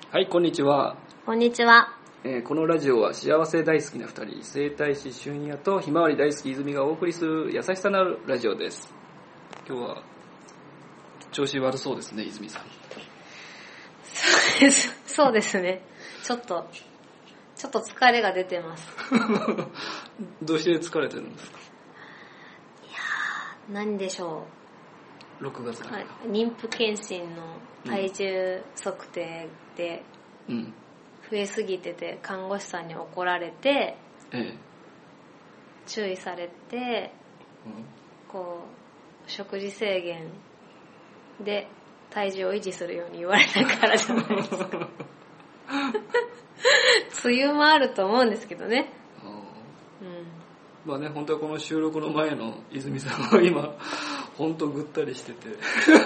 はい、こんにちは。 こんにちは。 このラジオは幸せ大好きな2人、整体師俊也とひまわり大好き泉がお送りする優しさのあるラジオです。今日は調子悪そうですね、泉さん。 そうですね。ちょっと疲れが出てます。 どうして疲れてるんですか？ 何でしょう。6月だから。 妊婦検診の体重測定で増えすぎてて、看護師さんに怒られて、注意されて、食事制限で体重を維持するように言われたからじゃないですか。梅雨もあると思うんですけどね。 まあね、本当はこの収録の前の泉さんは今本当ぐったりしてて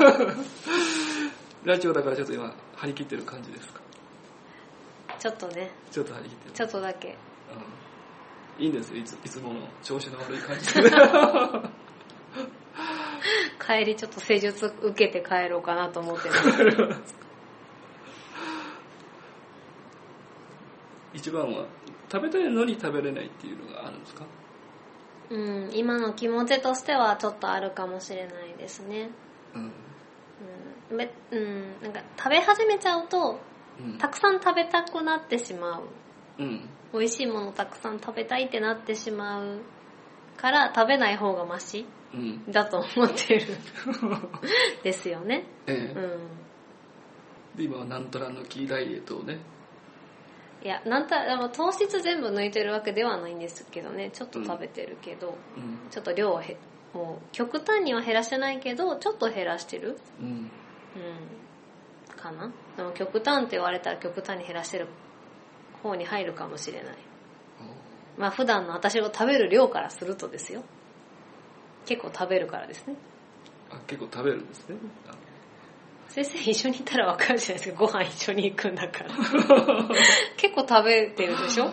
ラジオだからちょっと今張り切ってる感じですか？ ちょっとね。 ちょっと張り切ってる。 ちょっとだけ。 いいんですよ、いつもの調子の悪い感じで帰りちょっと施術受けて帰ろうかなと思ってます。 一番は食べたいのに食べれないっていうのがあるんですか？ 今の気持ちとしてはちょっとあるかもしれないですね。なんか食べ始めちゃうと、たくさん食べたくなってしまう。美味しいものたくさん食べたいってなってしまうから食べない方がマシ、だと思ってるですよね。 で今はなんたらのキーダイエットをね。 いや、糖質全部抜いてるわけではないんですけどね。ちょっと食べてるけど、ちょっと量をもう極端には減らしてないけど、ちょっと減らしてる。かな。でも極端って言われたら極端に減らしてる方に入るかもしれない。まあ普段の私が食べる量からするとですよ。結構食べるからですね。 結構食べるんですね。 先生一緒にいたら分かるじゃないですか。ご飯一緒に行くんだから結構食べてるでしょ。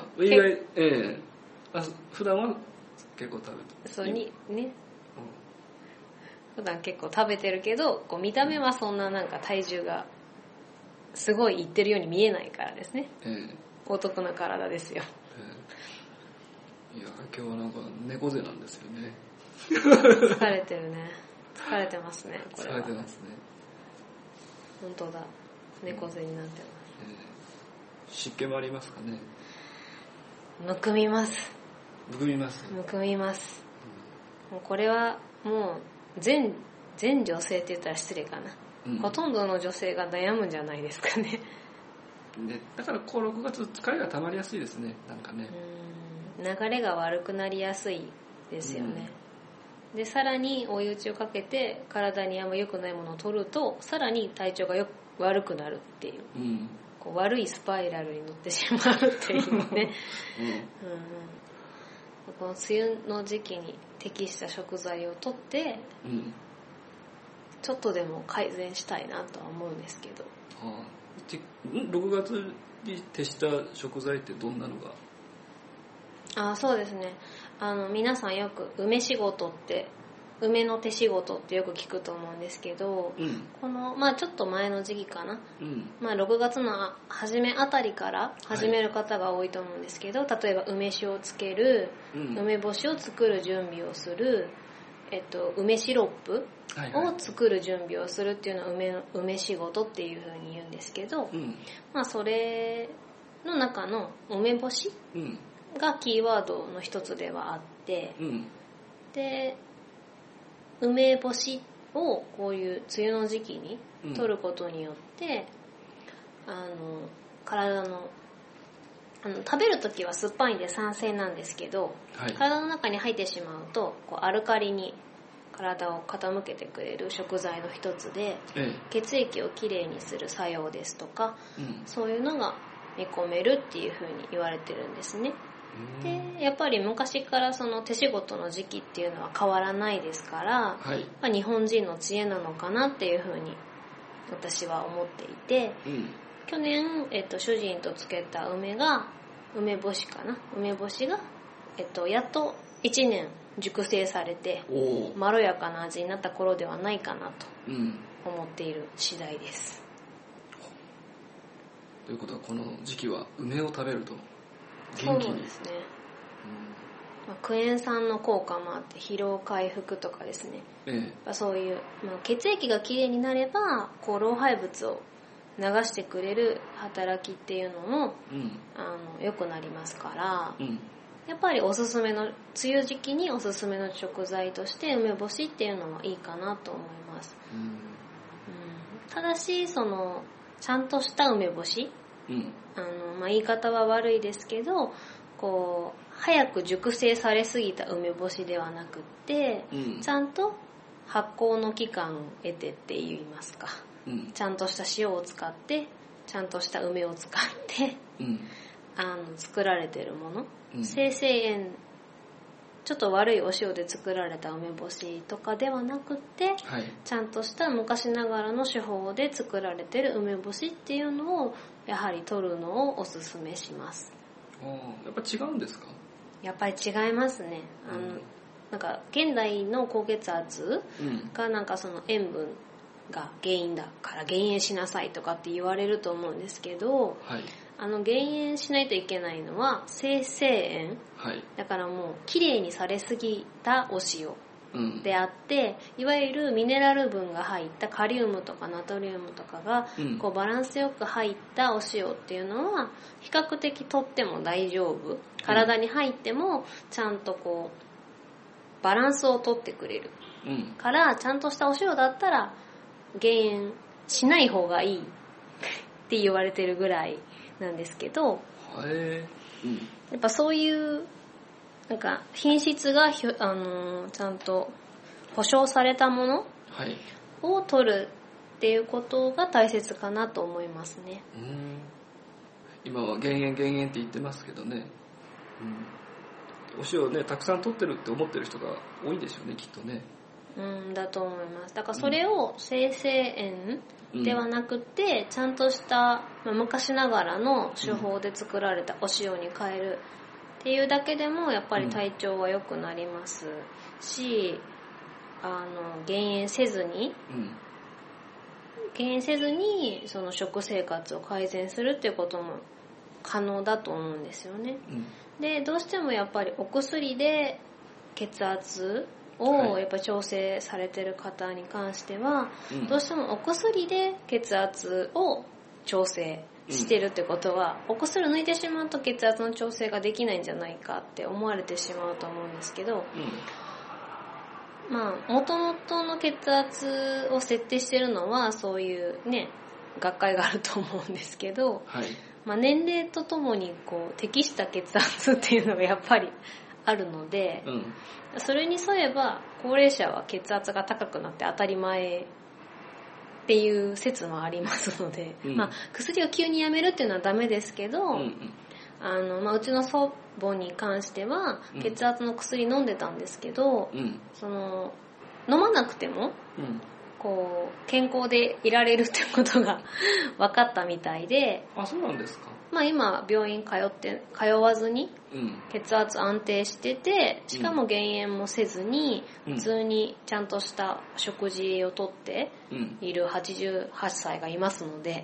普段は結構食べてる。 そうにね、普段結構食べてるけど、見た目はそんななんか体重がすごいいってるように見えないからですね。お得な体ですよ。 いや今日はなんか猫背なんですよね。 疲れてるね。疲れてますね。これは疲れてますね。 本当だ、猫背になってます。 湿気もありますかね？ むくみます。 むくみます。 もうこれはもう全女性って言ったら失礼かな、ほとんどの女性が悩むんじゃないですかね。 だから6月疲れが溜まりやすいですね。なんかね、 流れが悪くなりやすいですよね。でさらに追い打ちをかけて体にあんま良くないものを取るとさらに体調が悪くなるっていう、悪いスパイラルに乗ってしまうっていうね。この梅雨の時期に適した食材をとって、ちょっとでも改善したいなとは思うんですけど。 6月に適した食材ってどんなのが？ そうですね。皆さんよく梅の手仕事ってよく聞くと思うんですけど、このちょっと前の時期かな、6月の初めあたりから始める方が多いと思うんですけど、例えば梅酒をつける、梅干しを作る準備をする、梅シロップを作る準備をするっていうのは梅仕事っていう風に言うんですけど、それの中の梅干しがキーワードの一つではあって、で梅干しをこういう梅雨の時期に取ることによって、体の食べるときは酸っぱいんで酸性なんですけど、体の中に入ってしまうとアルカリに体を傾けてくれる食材の一つで、血液をきれいにする作用ですとか、そういうのが見込めるっていう風に言われてるんですね。でやっぱり昔からその手仕事の時期っていうのは変わらないですから、日本人の知恵なのかなっていう風に私は思っていて、去年、主人とつけた梅干しが、やっと1年熟成されてまろやかな味になった頃ではないかなと思っている次第です。 ということはこの時期は梅を食べると元気に。そうですね。クエン酸の効果もあって疲労回復とかですね、そういう、血液がきれいになれば老廃物を流してくれる働きっていうのも、良くなりますから、やっぱりおすすめの梅雨時期におすすめの食材として梅干しっていうのはいいかなと思います、ただしちゃんとした梅干し、言い方は悪いですけど早く熟成されすぎた梅干しではなくって、ちゃんと発酵の期間を得てって言いますか、ちゃんとした塩を使ってちゃんとした梅を使って、作られてるもの、生成塩ちょっと悪いお塩で作られた梅干しとかではなくって、ちゃんとした昔ながらの手法で作られてる梅干しっていうのをやはり取るのをおすすめします。 やっぱ違うんですか？ やっぱり違いますね。なんか現代の高血圧が塩分が原因だから減塩しなさいとかって言われると思うんですけど、減塩しないといけないのは生成塩、だからもうきれいにされすぎたお塩であって、いわゆるミネラル分が入ったカリウムとかナトリウムとかがバランスよく入ったお塩っていうのは比較的とっても大丈夫、体に入ってもちゃんとバランスをとってくれる、から、ちゃんとしたお塩だったら減塩しない方がいいって言われてるぐらいなんですけど、やっぱそういう品質がちゃんと保証されたものを取るっていうことが大切かなと思いますね。 今は減塩減塩って言ってますけどね、お塩をねたくさん取ってるって思ってる人が多いんでしょうね、きっとね。 だと思います。だからそれを生成塩ではなくて、ちゃんとした、昔ながらの手法で作られたお塩に変えるっていうだけでもやっぱり体調は良くなりますし、減塩せずに、その食生活を改善するっていうことも可能だと思うんですよね。で、どうしてもやっぱりお薬で血圧をやっぱ調整されてる方に関しては、どうしてもお薬で血圧を調整してるってことは、お薬を抜いてしまうと血圧の調整ができないんじゃないかって思われてしまうと思うんですけど、元々の血圧を設定してるのはそういうね学会があると思うんですけど、年齢とともに適した血圧っていうのがやっぱりあるので、それに沿えば高齢者は血圧が高くなって当たり前っていう説もありますので、薬を急にやめるっていうのはダメですけど、うちの祖母に関しては血圧の薬飲んでたんですけど、飲まなくても、健康でいられるってことが分かったみたいで。 そうなんですか。 今病院通わずに血圧安定してて、しかも減塩もせずに普通にちゃんとした食事をとっている88歳がいますので、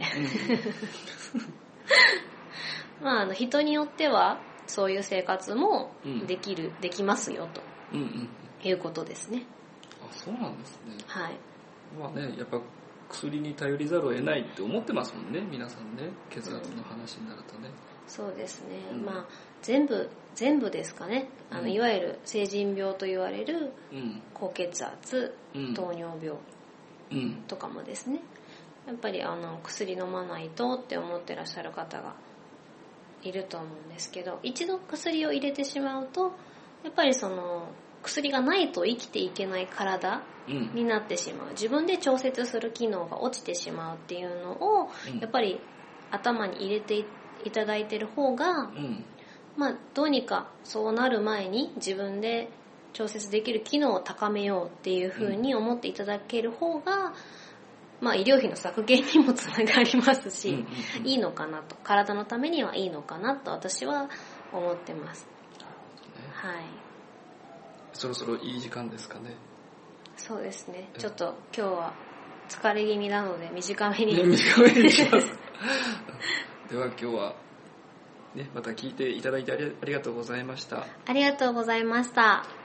人によってはそういう生活もできますよということですね。 そうなんですね。やっぱ薬に頼りざるを得ないって思ってますもんね、皆さんね、血圧の話になるとね。 そうですね、全部ですかね、いわゆる成人病と言われる高血圧、糖尿病とかもですね、やっぱり薬飲まないとって思ってらっしゃる方がいると思うんですけど、一度薬を入れてしまうとやっぱり薬がないと生きていけない体になってしまう、自分で調節する機能が落ちてしまうっていうのをやっぱり頭に入れていただいてる方が、どうにかそうなる前に自分で調節できる機能を高めようっていう風に思っていただける方が、医療費の削減にもつながりますし、いいのかなと、体のためにはいいのかなと私は思ってます。 そろそろいい時間ですかね。 そうですね、ちょっと今日は疲れ気味なので短めにしますでは今日は、ね、また聞いていただいてありがとうございました。 ありがとうございました。